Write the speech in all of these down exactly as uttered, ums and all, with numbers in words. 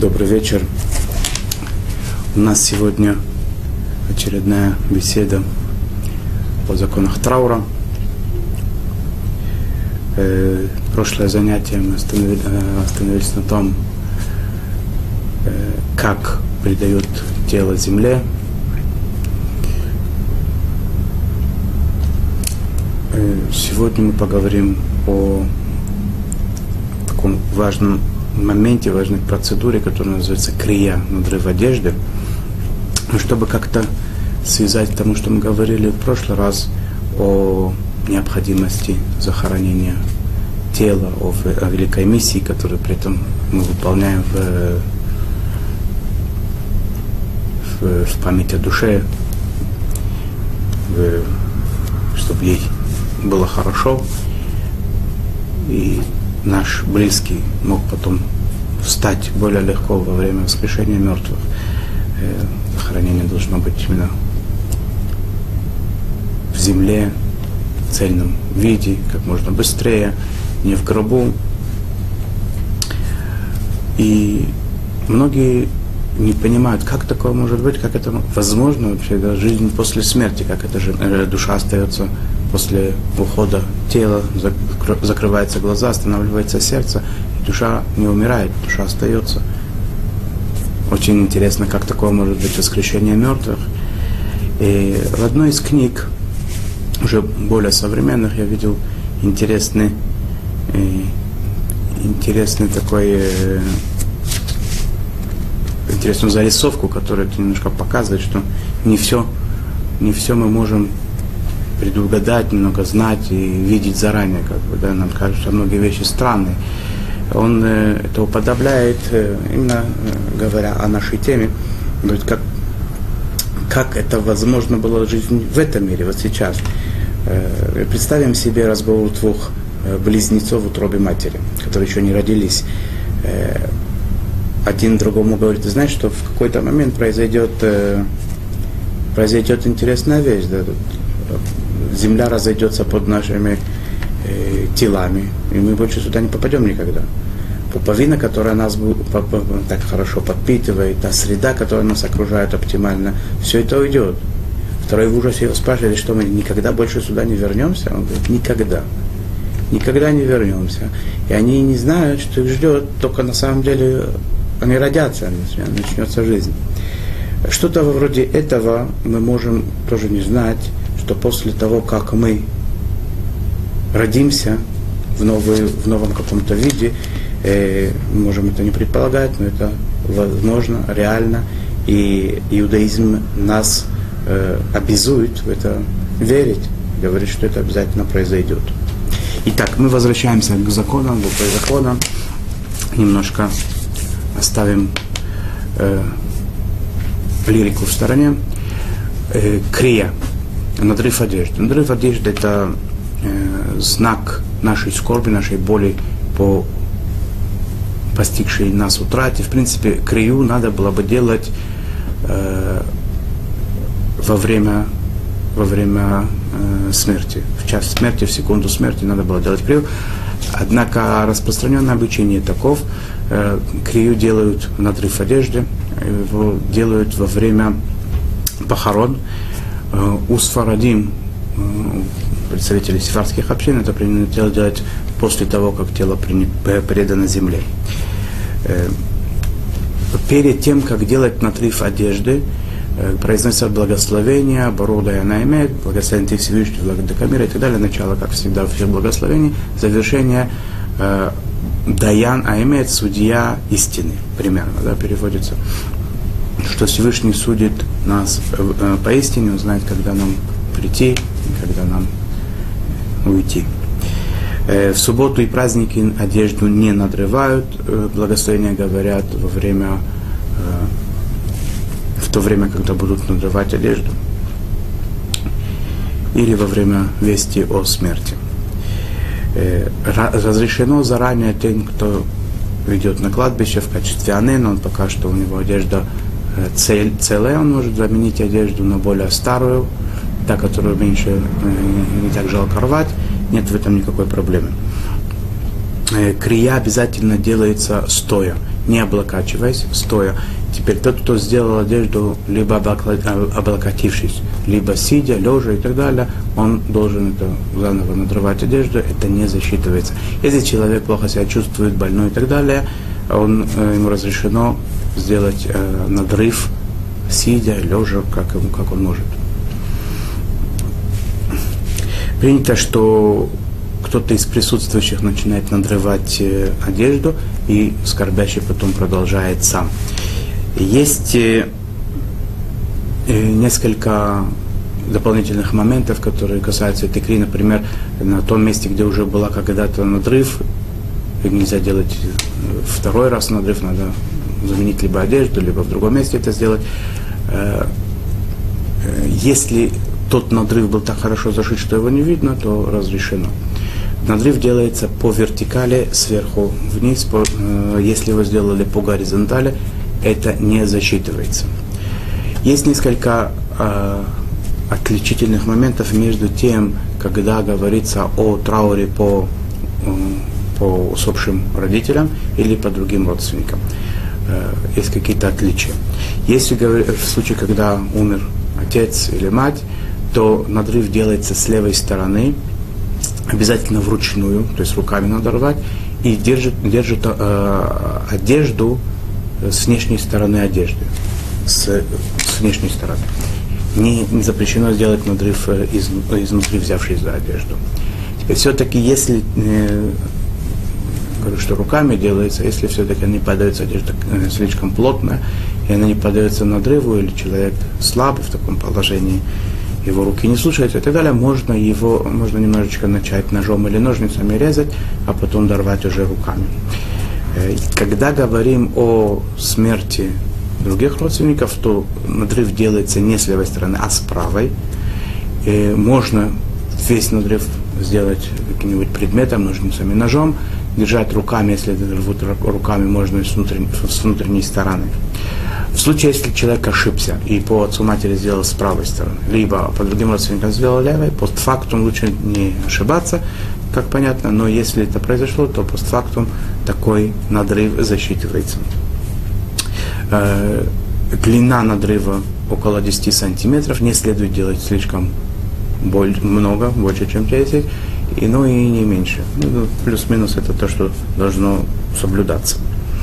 Добрый вечер. У нас сегодня очередная беседа о законах траура. Э, прошлое занятие мы остановили, э, остановились на том, э, как придают тело земле. Э, сегодня мы поговорим о таком важном моменте, важной процедуре, которая называется крия, надрыв одежды. Чтобы как-то связать тому, что мы говорили в прошлый раз о необходимости захоронения тела, о, о великой миссии, которую при этом мы выполняем в, в, в память о душе, в, чтобы ей было хорошо, и наш близкий мог потом встать более легко во время воскрешения мертвых. Захоронение должно быть именно в земле, в цельном виде, как можно быстрее, не в гробу. И многие не понимают, как такое может быть, как это возможно вообще, да, жизнь после смерти, как эта же душа остается после ухода тела, закрываются глаза, останавливается сердце, и душа не умирает, душа остается. Очень интересно, как такое может быть воскрешение мертвых. И в одной из книг, уже более современных, я видел интересный, интересный такой, интересную зарисовку, которая немножко показывает, что не все, не все мы можем предугадать, немного знать и видеть заранее, как бы, да, нам кажется, многие вещи странные. Он э, это уподобляет, э, именно э, говоря о нашей теме, говорит, как, как это возможно было жизнь в этом мире, вот сейчас. Э, представим себе разговор двух э, близнецов в утробе матери, которые еще не родились. Э, один другому говорит: ты знаешь, что в какой-то момент произойдет, э, произойдет интересная вещь, да, земля разойдется под нашими э, телами, и мы больше сюда не попадем никогда. Пуповина, которая нас так хорошо подпитывает, та среда, которая нас окружает оптимально, все это уйдет. Второй в ужасе его спрашивали, что мы никогда больше сюда не вернемся. Он говорит: никогда. Никогда не вернемся. И они не знают, что их ждет, только на самом деле они родятся, начнется жизнь. Что-то вроде этого мы можем тоже не знать, что после того, как мы родимся в, новый, в новом каком-то виде, э, мы можем это не предполагать, но это возможно, реально, и иудаизм нас э, обязует в это верить, говорит, что это обязательно произойдет. Итак, мы возвращаемся к законам, к законам, немножко оставим э, лирику в стороне. Э, крия. Надрыв одежды. Надрыв одежды – это э, знак нашей скорби, нашей боли по постигшей нас утрате. В принципе, крию надо было бы делать э, во время, во время э, смерти. В час смерти, в секунду смерти надо было делать крию. Однако распространенное обучение таков. Э, крию делают надрыв одежды, его делают во время похорон. У сфарадим, представителей сефардских общин, это принято делать после того, как тело предано земле. Перед тем, как делать надрыв одежды, произносится благословение, Борода и она имеет, благословение Ты Всевышний, Владыка мира и так далее, начало, как всегда, всех благословений, завершение Даян, а имеет судья истины, примерно, да, переводится. Что Всевышний судит нас э, поистине, он знает, когда нам прийти, когда нам уйти. Э, в субботу и праздники одежду не надрывают, э, благословения говорят во время, э, в то время, когда будут надрывать одежду, или во время вести о смерти. Э, разрешено заранее тем, кто идет на кладбище в качестве анена, он пока что у него одежда цель, целая, он может заменить одежду на более старую, та, которую меньше, не так жалко рвать, нет в этом никакой проблемы. Крия обязательно делается стоя. не облокачиваясь, стоя. Теперь тот, кто сделал одежду, либо облокотившись, либо сидя, лежа и так далее, он должен это заново надрывать одежду, это не засчитывается. Если человек плохо себя чувствует, больной и так далее, он, ему разрешено сделать э, надрыв, сидя, лежа, как, ему, как он может. Принято, что кто-то из присутствующих начинает надрывать э, одежду, и скорбящий потом продолжает сам. Есть э, несколько дополнительных моментов, которые касаются этой икры. Например, на том месте, где уже была когда-то надрыв, нельзя делать второй раз надрыв, надо заменить либо одежду, либо в другом месте это сделать. Если тот надрыв был так хорошо зашит, что его не видно, то разрешено. Надрыв делается по вертикали, сверху вниз. По, если его сделали по горизонтали, это не засчитывается. Есть несколько э, отличительных моментов между тем, когда говорится о трауре по, э, по усопшим родителям или по другим родственникам. Э, есть какие-то отличия. Если в случае, когда умер отец или мать, то надрыв делается с левой стороны, обязательно вручную, то есть руками надо рвать, и держит, держит э, одежду с внешней стороны одежды, с, с внешней стороны. Не, не запрещено сделать надрыв из, изнутри, взявшись за одежду. Теперь все-таки, если, э, говорю, что руками делается, если все-таки не подается одежда э, слишком плотная, и она не поддается надрыву, или человек слабый в таком положении, его руки не слушаются и так далее, можно его, можно немножечко начать ножом или ножницами резать, а потом дорвать уже руками. Когда говорим о смерти других родственников, то надрыв делается не с левой стороны, а с правой. И можно весь надрыв сделать каким-нибудь предметом, ножницами, ножом, держать руками, если это рвут руками, можно с внутренней, с внутренней стороны. В случае, если человек ошибся и по отцу матери сделал с правой стороны, либо по другим родственникам сделал левой, постфактум лучше не ошибаться, как понятно, но если это произошло, то постфактум такой надрыв засчитывается. Э, длина надрыва около десяти сантиметров, не следует делать слишком боль, много, больше, чем десять, и, ну и не меньше. Ну, плюс-минус это то, что должно соблюдаться.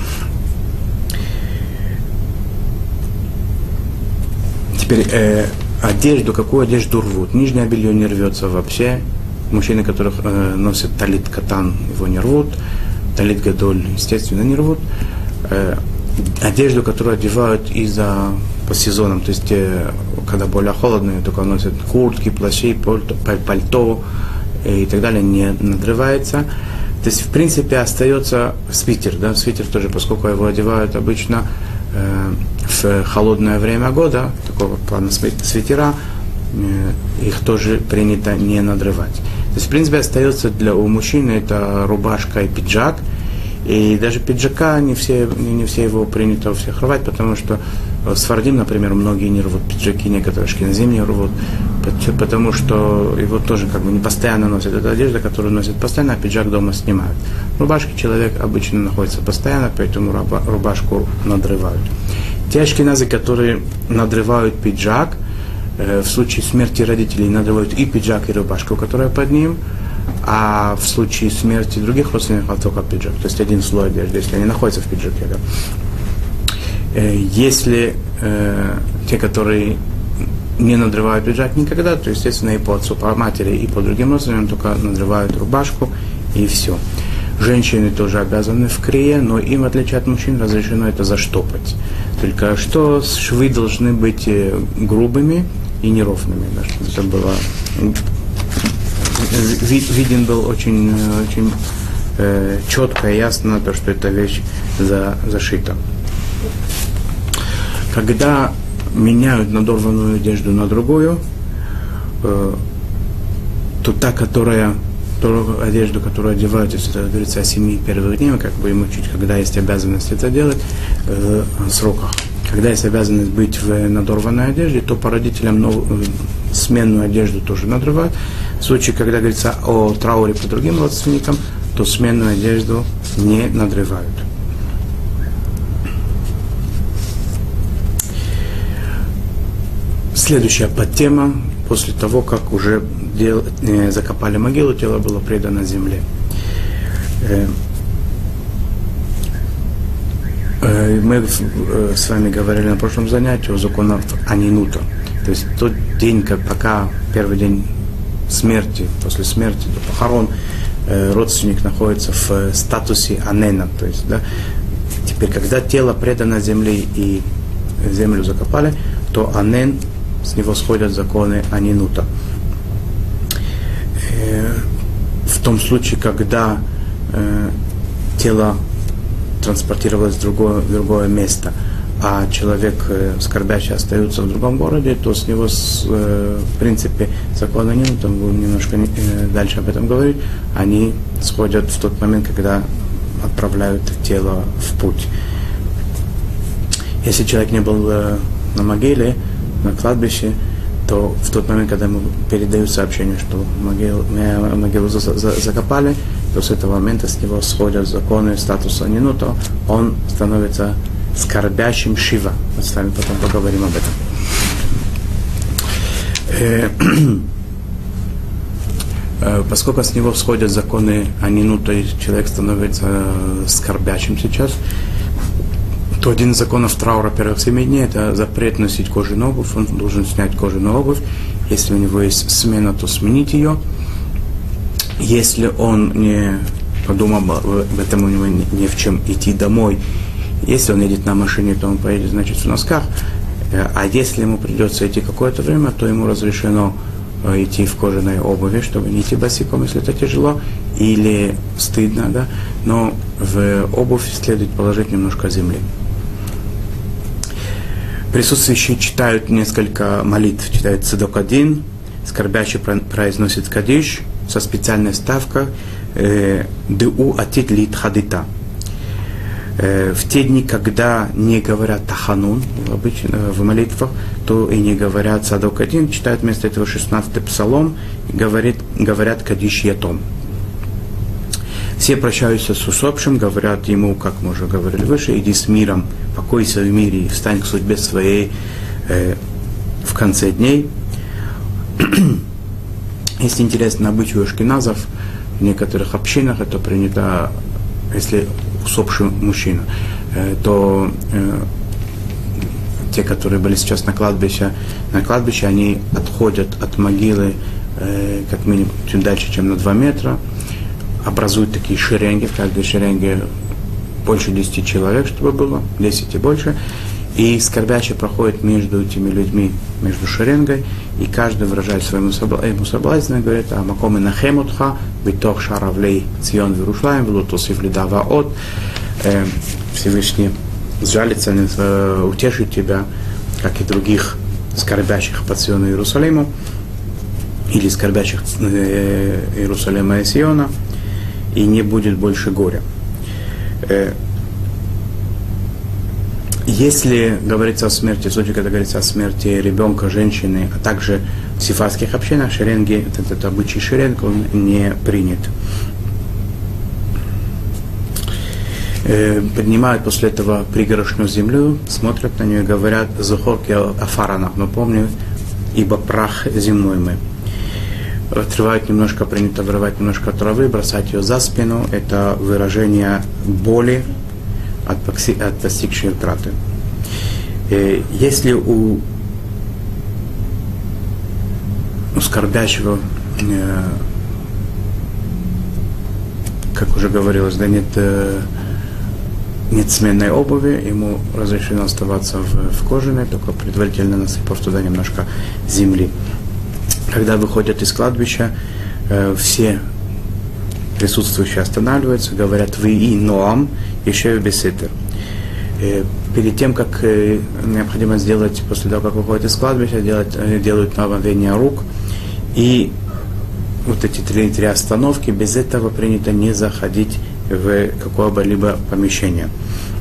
Теперь э, одежду, какую одежду рвут? Нижнее белье не рвется вообще. Мужчины, которых э, носят талит катан, его не рвут. Талит гадоль, естественно, не рвут. Э, одежду, которую одевают из-за по сезонам, то есть э, когда более холодно, только носят куртки, плащи, пальто, пальто э, и так далее, не надрывается. То есть, в принципе, остается свитер, да, свитер тоже, поскольку его одевают обычно э, в холодное время года, такого плана свитера, э, их тоже принято не надрывать. То есть, в принципе, остается для у мужчины это рубашка и пиджак, и даже пиджака не все, не все его принято у всех рвать, потому что сфардим, например, многие не рвут пиджаки, некоторые ашкеназим не рвут, потому что его тоже как бы не постоянно носят. Это одежда, которую носят постоянно, а пиджак дома снимают. Рубашки человек обычно находится постоянно, поэтому рубашку надрывают. Те ашкеназы, которые надрывают пиджак, в случае смерти родителей надрывают и пиджак, и рубашку, которая под ним, а в случае смерти других родственников только пиджак, то есть один слой одежды, если они находятся в пиджаке. Да. Если э, те, которые не надрывают пиджак никогда, то, естественно, и по отцу, по матери, и по другим родственникам только надрывают рубашку, и все. Женщины тоже обязаны в крие, но им, в отличие от мужчин, разрешено это заштопать. Только что швы должны быть грубыми и неровными, да, чтобы это было... Виден был очень, очень э, четко и ясно то, что эта вещь за, зашита. Когда меняют надорванную одежду на другую, э, то та, которая, ту одежду, которую одевают, если это говорится о семи первых дней, как бы им учить, когда есть обязанность это делать, э, в сроках. Когда есть обязанность быть в надорванной одежде, то по родителям нов, э, сменную одежду тоже надрывают. В случае, когда говорится о трауре по другим родственникам, то сменную одежду не надрывают. Следующая подтема, после того, как уже дел, э, закопали могилу, тело было предано земле. Э, э, мы э, с вами говорили на прошлом занятии о законах Анинута. То есть тот день, как пока первый день смерти, после смерти до похорон, э, родственник находится в э, статусе Анена. То есть, да, теперь, когда тело предано земле и землю закопали, то Анен, с него сходят законы Анинута. Э, в том случае, когда э, тело транспортировалось в другое, в другое место, а человек, э, скорбящий, остается в другом городе, то с него, с, э, в принципе, законы Анинута, будем немножко э, дальше об этом говорить, они сходят в тот момент, когда отправляют тело в путь. Если человек не был э, на могиле, на кладбище, то в тот момент, когда ему передают сообщение, что могилу, могилу за, за, закопали, то с этого момента с него сходят законы статуса Анинута, он становится скорбящим Шива. Мы с вами потом поговорим об этом. Поскольку с него сходят законы Анинута, и человек становится скорбящим сейчас, то один из законов траура первых семи дней – это запрет носить кожаную обувь. Он должен снять кожаную обувь. Если у него есть смена, то сменить ее. Если он не подумал об этом, у него не в чем идти домой. Если он едет на машине, то он поедет, значит, в носках. А если ему придется идти какое-то время, то ему разрешено идти в кожаной обуви, чтобы не идти босиком, если это тяжело или стыдно, да. Но в обувь следует положить немножко земли. Присутствующие читают несколько молитв. Читают Цедок один, скорбящий произносит Кадиш со специальной ставкой «Ду атит лит хадита». В те дни, когда не говорят Таханун обычно в молитвах, то и не говорят Цедок один, читают вместо этого шестнадцатый псалом и говорит, говорят Кадиш Ятом. Все прощаются с усопшим, говорят ему, как мы уже говорили выше, иди с миром, покойся в мире и встань к судьбе своей э, в конце дней. Если интересно обычай ашкеназов, в некоторых общинах это принято, если усопший мужчина, э, то э, те, которые были сейчас на кладбище, на кладбище, они отходят от могилы э, как минимум чуть дальше, чем на два метра, образуют такие шеренги, в каждой шеренге больше десяти человек, чтобы было, десять и больше, и скорбящий проходит между этими людьми, между шеренгой, и каждый выражает своему соблазнению, говорит, а макомы нахемутха, битох шаравлей цион вирушлаем, влутусив лидава от, Всевышний сжалится, утешит тебя, как и других скорбящих по Сиону и Иерусалиму, или скорбящих Иерусалима и Сиона, и не будет больше горя. Если говорится о смерти, в случае, когда говорится о смерти ребенка, женщины, а также в сефардских общинах, шеренги, этот, этот обычай шеренг, он не принят. Поднимают после этого пригорошную землю, смотрят на нее и говорят «Зухорки афарана», мы помним, ибо прах земной мы. Отрывают немножко, принято вырывать немножко травы, бросать ее за спину. Это выражение боли от, от постигшей утраты. Если у, у скорбящего, как уже говорилось, да, нет, нет сменной обуви, ему разрешено оставаться в, в кожаной, только предварительно насыпав туда немножко земли. Когда выходят из кладбища, э, все присутствующие останавливаются, говорят «Вы и Ноам, еще и беситер». Э, перед тем, как э, необходимо сделать, после того, как выходят из кладбища, делать, э, делают омовение рук. И вот эти три, три остановки, без этого принято не заходить в какое-либо помещение.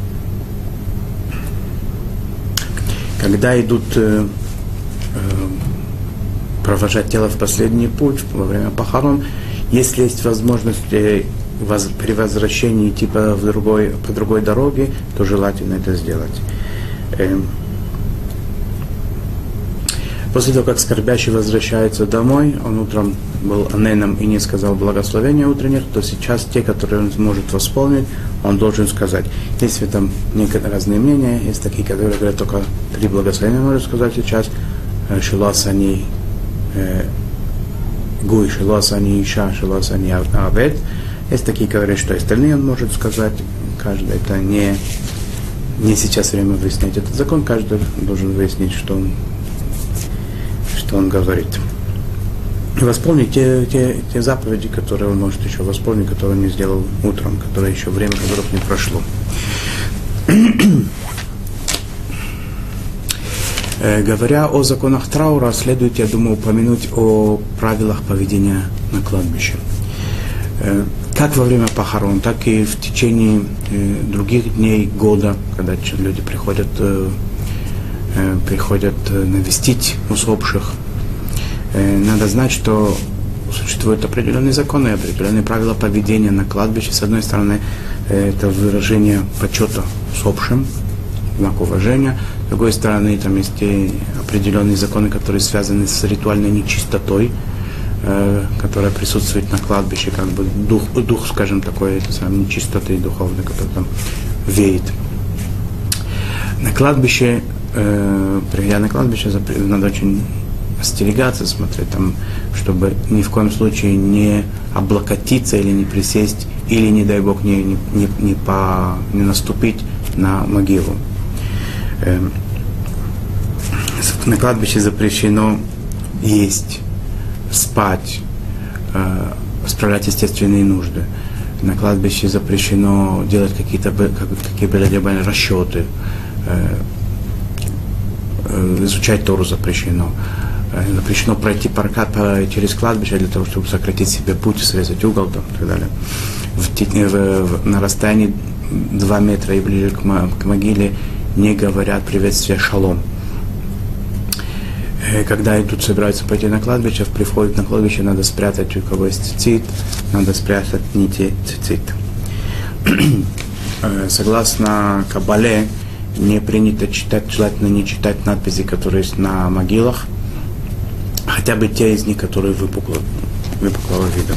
Когда идут э, э, провожать тело в последний путь во время похорон, если есть возможность э, воз, при возвращении типа в другой, по другой дороге, то желательно это сделать. Э, После того, как скорбящий возвращается домой, он утром был аненом и не сказал благословения утренних, то сейчас те, которые он может восполнить, он должен сказать. Есть в этом некоторые разные мнения, есть такие, которые говорят, только три благословения может сказать сейчас. Шиласани Гуй, Шиласани Иша, Шиласани Авет. Есть такие, которые говорят, что остальные он может сказать. Каждый, это не, не сейчас время выяснять этот закон, каждый должен выяснить, что он, что он говорит. И восполнить те, те, те заповеди, которые он может еще восполнить, которые он не сделал утром, которые еще время которых не прошло. Говоря о законах траура, следует, я думаю, упомянуть о правилах поведения на кладбище. Как во время похорон, так и в течение других дней года, когда люди приходят, приходят навестить усопших. Надо знать, что существуют определенные законы, определенные правила поведения на кладбище. С одной стороны, это выражение почета усопшим, знак уважения. С другой стороны, там есть и определенные законы, которые связаны с ритуальной нечистотой, э, которая присутствует на кладбище, как бы дух, дух скажем, такой, это самое, нечистоты духовной, который там веет. На кладбище, э, приходя на кладбище, надо очень остерегаться, смотреть там, чтобы ни в коем случае не облокотиться или не присесть, или, не дай Бог, не, не, не, не, по, не наступить на могилу. На кладбище запрещено есть, спать, справлять естественные нужды. На кладбище запрещено делать какие-то какие-либо расчеты, изучать Тору запрещено. Запрещено пройти паркат через кладбище для того, чтобы сократить себе путь, срезать угол там, и так далее. В, в, в, на расстоянии два метра и ближе к, к могиле не говорят приветствие шалом. Когда идут, собираются пойти на кладбище, при входе на кладбище надо спрятать, у кого есть цицит, надо спрятать нити цицит. Согласно Кабале, не принято читать, желательно не читать надписи, которые есть на могилах, хотя бы те из них, которые выпукло, выпуклого вида.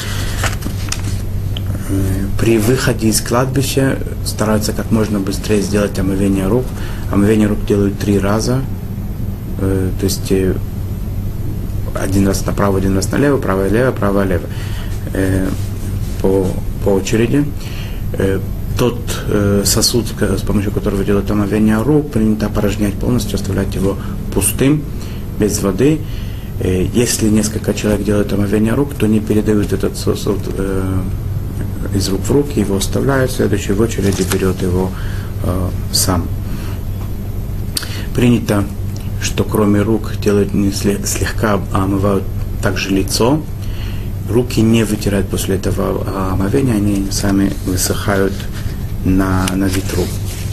При выходе из кладбища стараются как можно быстрее сделать омовение рук. Омовение рук делают три раза. Э, то есть э, один раз направо, один раз налево, право-лево, право-лево. Э, по, по очереди. Э, тот э, сосуд, с помощью которого делают омовение рук, принято опорожнять полностью, оставлять его пустым, без воды. Э, если несколько человек делают омовение рук, то не передают этот сосуд э, из рук в руки, его оставляют, следующий в очереди берет его э, сам. Принято, что кроме рук делают не слегка, а омывают также лицо. Руки не вытирают после этого омовения, они сами высыхают на, на ветру.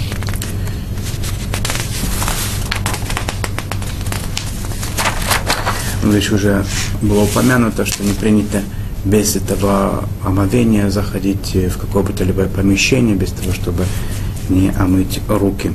Здесь уже было упомянуто, что не принято без этого омовения заходить в какое бы то либо помещение, без того, чтобы не омыть руки.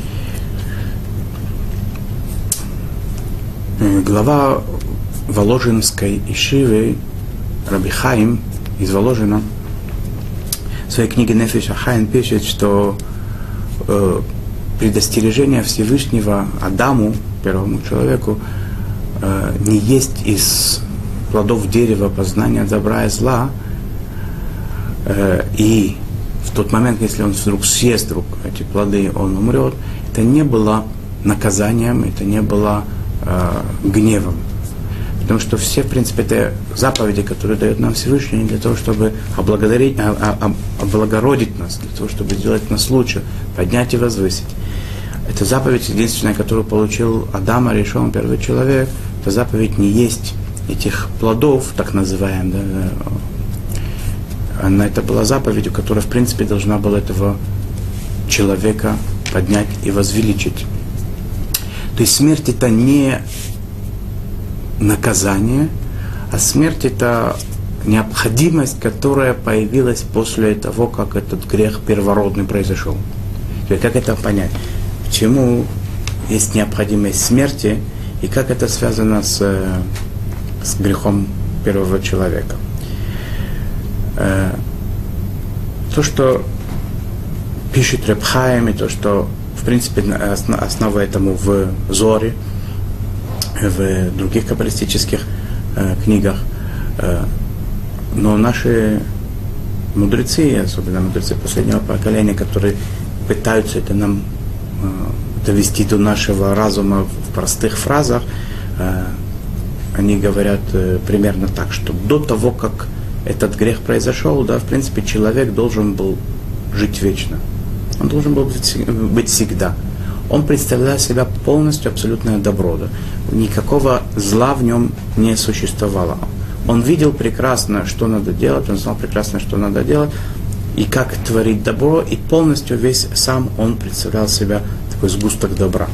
Глава Воложенской ишивы Раби Хаим из Воложина в своей книге Нефеш ха-Хаим пишет, что э, предостережение Всевышнего Адаму, первому человеку, э, не есть из плодов дерева познания добра и зла, э, и в тот момент, если он вдруг съест вдруг эти плоды, он умрет, это не было наказанием, это не было э, гневом. Потому что все, в принципе, это заповеди, которые дает нам Всевышний, для того, чтобы облагодарить, а, а, облагородить нас, для того, чтобы сделать нас лучше, поднять и возвысить. Это заповедь единственная, которую получил Адам, решен первый человек. Это заповедь не есть этих плодов, так называемых. Да, она это была заповедью, которая, в принципе, должна была этого человека поднять и возвеличить. То есть смерть это не наказание, а смерть это необходимость, которая появилась после того, как этот грех первородный произошел. То есть как это понять? Почему есть необходимость смерти, и как это связано с, с грехом первого человека. То, что пишет Реб Хаим, и то, что, в принципе, основа этому в Зоре, в других каббалистических э, книгах. Э, но наши мудрецы, особенно мудрецы последнего поколения, которые пытаются это нам э, довести до нашего разума в простых фразах, э, они говорят э, примерно так, что до того, как этот грех произошел, да, в принципе, человек должен был жить вечно. Он должен был быть всегда. Он представлял себя полностью абсолютное добро. Да? Никакого зла в нем не существовало. Он видел прекрасно, что надо делать, он знал прекрасно, что надо делать, и как творить добро, и полностью весь сам он представлял себя такой сгусток добра.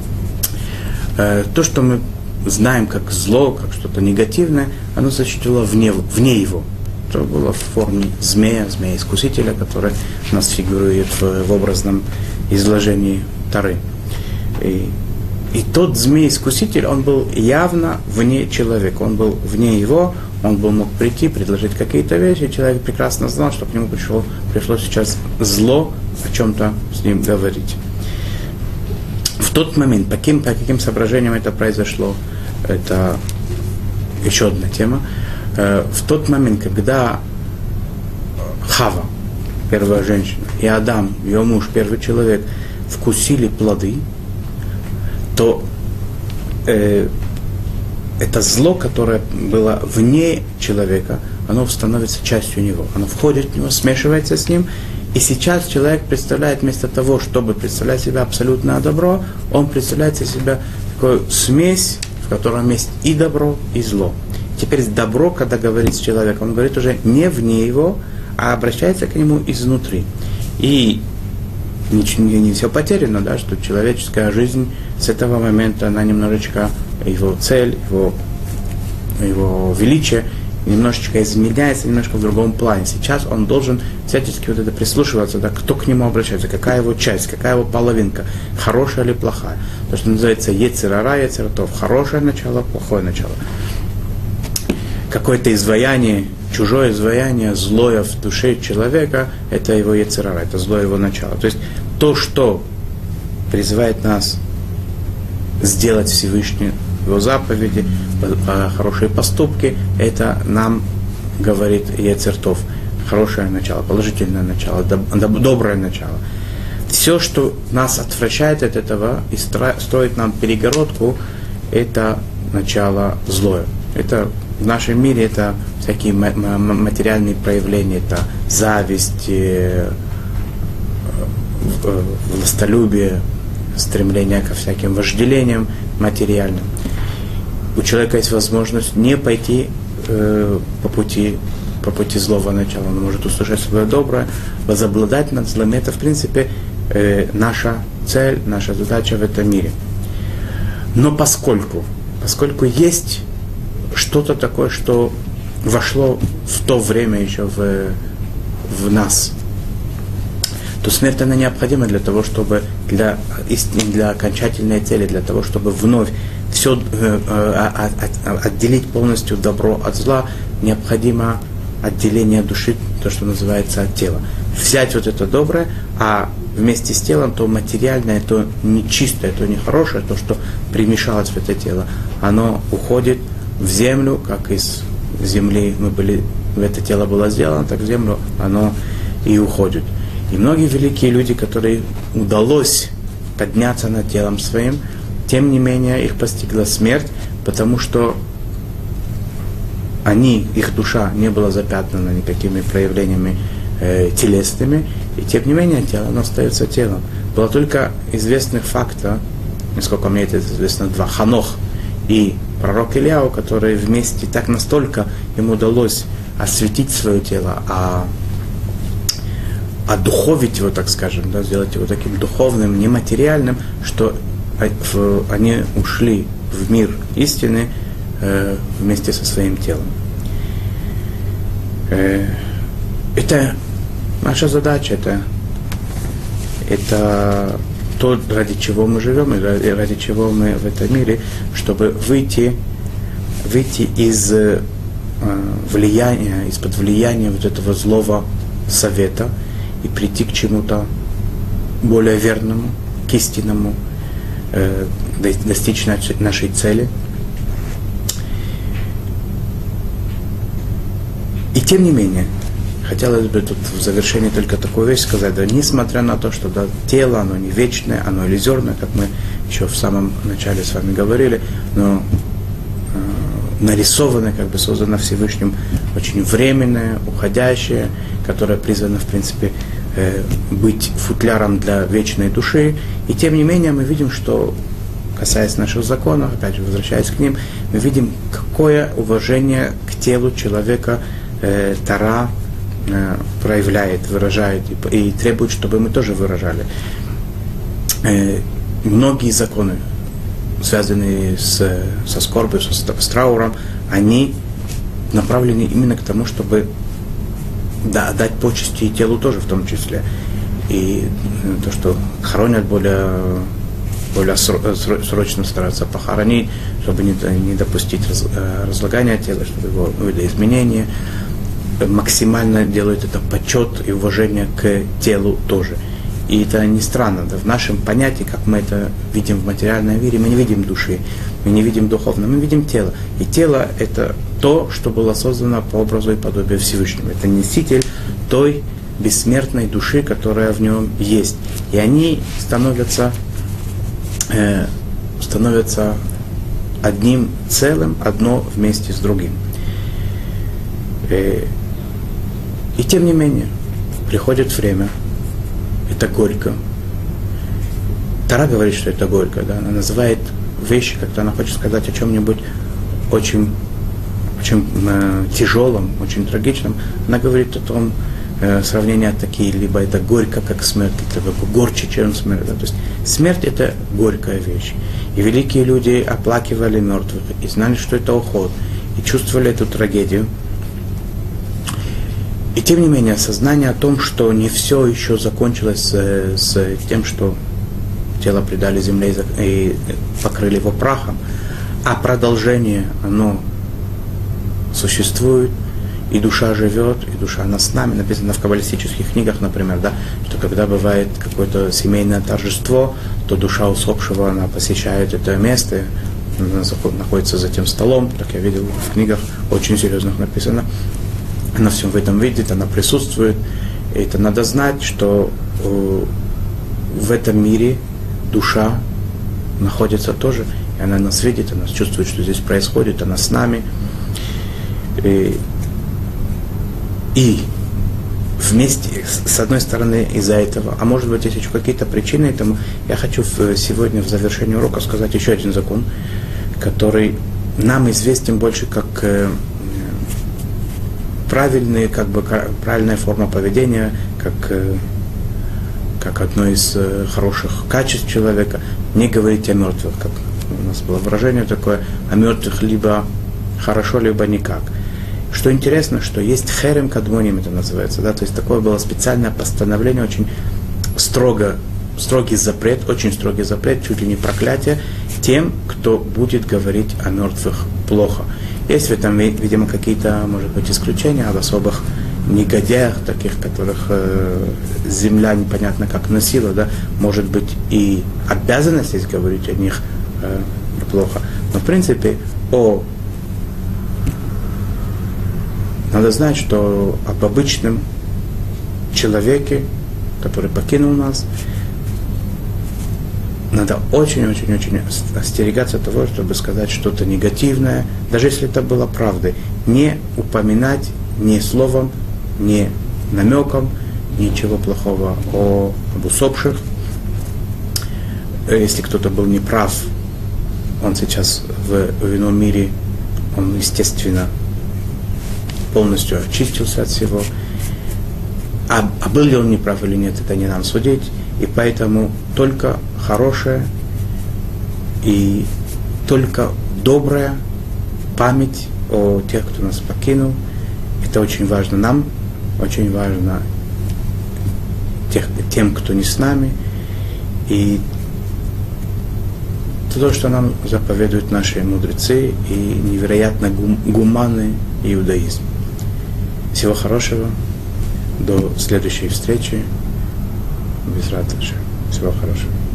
То, что мы знаем как зло, как что-то негативное, оно существовало вне, вне его. Это было в форме змея, змея-искусителя, который у нас фигурирует в, в образном изложении Торы. И, и тот змей-искуситель, он был явно вне человека, он был вне его, он был, мог прийти, предложить какие-то вещи, человек прекрасно знал, что к нему пришло, пришло сейчас зло о чем-то с ним говорить. В тот момент, по каким, по каким соображениям это произошло, это еще одна тема. В тот момент, когда Хава, первая женщина, и Адам, ее муж, первый человек, вкусили плоды, то э, это зло, которое было вне человека, оно становится частью него. Оно входит в него, смешивается с ним. И сейчас человек представляет, вместо того, чтобы представлять себя абсолютное добро, он представляет из себя такую смесь, в котором есть и добро, и зло. Теперь добро, когда говорит с человеком, он говорит уже не вне его, а обращается к нему изнутри. И ничего, не все потеряно, да, что человеческая жизнь с этого момента, она немножечко, его цель, его, его величие немножечко изменяется, немножко в другом плане. Сейчас он должен всячески вот это прислушиваться, да, кто к нему обращается, какая его часть, какая его половинка, хорошая или плохая. То, что называется Йецер ара, Йецер тов, хорошее начало, плохое начало. Какое-то изваяние, чужое изваяние, злое в душе человека, это его Йецер ара, это злое его начало. То есть то, что призывает нас сделать Всевышний, его заповеди, хорошие поступки, это нам говорит Йецер тов, хорошее начало, положительное начало, доброе начало. Все, что нас отвращает от этого и строит нам перегородку, это начало злое. Это в нашем мире это всякие материальные проявления, это зависть, властолюбие, стремление ко всяким вожделениям материальным. У человека есть возможность не пойти э, по пути, по пути злого начала. Он может услышать свое доброе, возобладать над злом. Это, в принципе, э, наша цель, наша задача в этом мире. Но поскольку, поскольку есть что-то такое, что вошло в то время еще в, в нас, то смерть, она необходима для того, чтобы для, для окончательной цели, для того, чтобы вновь все э, э, от, отделить полностью добро от зла, необходимо отделение души, то, что называется, от тела. Взять вот это доброе, а вместе с телом то материальное, то нечистое, то нехорошее, то, что примешалось в это тело, оно уходит в землю, как из земли мы были, в это тело было сделано, так в землю оно и уходит. И многие великие люди, которые удалось подняться над телом своим, тем не менее их постигла смерть, потому что они, их душа не была запятнана никакими проявлениями э, телесными, и тем не менее тело, оно остается телом. Было только известных фактов, насколько мне это известно, два, Ханох и пророк Ильяу, которые вместе так настолько им удалось осветить свое тело, а одуховить его, так скажем, да, сделать его таким духовным, нематериальным, что они ушли в мир истины э, вместе со своим телом. Э, это наша задача, это, это что, ради чего мы живем и ради, ради чего мы в этом мире, чтобы выйти, выйти из э, влияния, из-под влияния вот этого злого совета и прийти к чему-то более верному, к истинному, э, достичь нашей цели. И тем не менее, хотелось бы тут в завершении только такую вещь сказать, да, несмотря на то, что да, тело, оно не вечное, оно иллюзорное, как мы еще в самом начале с вами говорили, но э, нарисовано, как бы создано Всевышним, очень временное, уходящее, которое призвано, в принципе, э, быть футляром для вечной души. И тем не менее мы видим, что, касаясь наших законов, опять же, возвращаясь к ним, мы видим, какое уважение к телу человека э, Тора э, проявляет, выражает и, и требует, чтобы мы тоже выражали. Э, многие законы, связанные с, со скорбью, со, с трауром, они направлены именно к тому, чтобы да, отдать почести и телу тоже в том числе. И то, что хоронят более, более срочно стараются похоронить, чтобы не, не допустить раз, разлагания тела, чтобы его видоизменения, максимально делают это почет и уважение к телу тоже. И это не странно, да, в нашем понятии, как мы это видим в материальном мире, мы не видим души, мы не видим духовно, мы видим тело. И тело – это то, что было создано по образу и подобию Всевышнего. Это носитель той бессмертной души, которая в нем есть. И они становятся, э, становятся одним целым, одно вместе с другим. Э, и тем не менее, приходит время, это горько. Тора говорит, что это горько, да? Она называет вещи, когда она хочет сказать о чем-нибудь очень, очень э, тяжелом, очень трагичном. Она говорит о том, э, сравнения такие, либо это горько, как смерть, либо горче, чем смерть. Да? То есть смерть – это горькая вещь. И великие люди оплакивали мертвых, и знали, что это уход, и чувствовали эту трагедию. И тем не менее, осознание о том, что не все еще закончилось с, с тем, что тело предали земле и покрыли его прахом, а продолжение, оно существует, и душа живет, и душа она с нами. Написано в каббалистических книгах, например, да, что когда бывает какое-то семейное торжество, то душа усопшего, она посещает это место, она находится за тем столом, так я видел в книгах, очень серьезных написано. Она всем в этом видит, она присутствует. И это надо знать, что э, в этом мире душа находится тоже, и она нас видит, она чувствует, что здесь происходит, она с нами. И, и вместе, с одной стороны, из-за этого, а может быть, есть еще какие-то причины этому, я хочу в, сегодня в завершении урока сказать еще один закон, который нам известен больше как э, правильные, как бы, правильная форма поведения, как, э, как одно из э, хороших качеств человека, не говорить о мертвых, как у нас было выражение такое, о мертвых либо хорошо, либо никак. Что интересно, что есть херем кадмоним, это называется, да, то есть такое было специальное постановление, очень строго, строгий запрет, очень строгий запрет, чуть ли не проклятие тем, кто будет говорить о мертвых плохо. Есть в этом, видимо, какие-то, может быть, исключения об особых негодяях, таких, которых э, земля непонятно как носила, да, может быть, и обязанность есть говорить о них э, плохо. Но, в принципе, о... надо знать, что об обычном человеке, который покинул нас, надо очень-очень-очень остерегаться того, чтобы сказать что-то негативное, даже если это было правдой. Не упоминать ни словом, ни намеком ничего плохого о, об усопших. Если кто-то был неправ, он сейчас в, в ином мире, он, естественно, полностью очистился от всего. А, а был ли он неправ или нет, это не нам судить. И поэтому только хорошая и только добрая память о тех, кто нас покинул, это очень важно нам, очень важно тех, тем, кто не с нами. И то, что нам заповедуют наши мудрецы и невероятно гум, гуманный иудаизм. Всего хорошего. До следующей встречи. Без радости. Всего хорошего.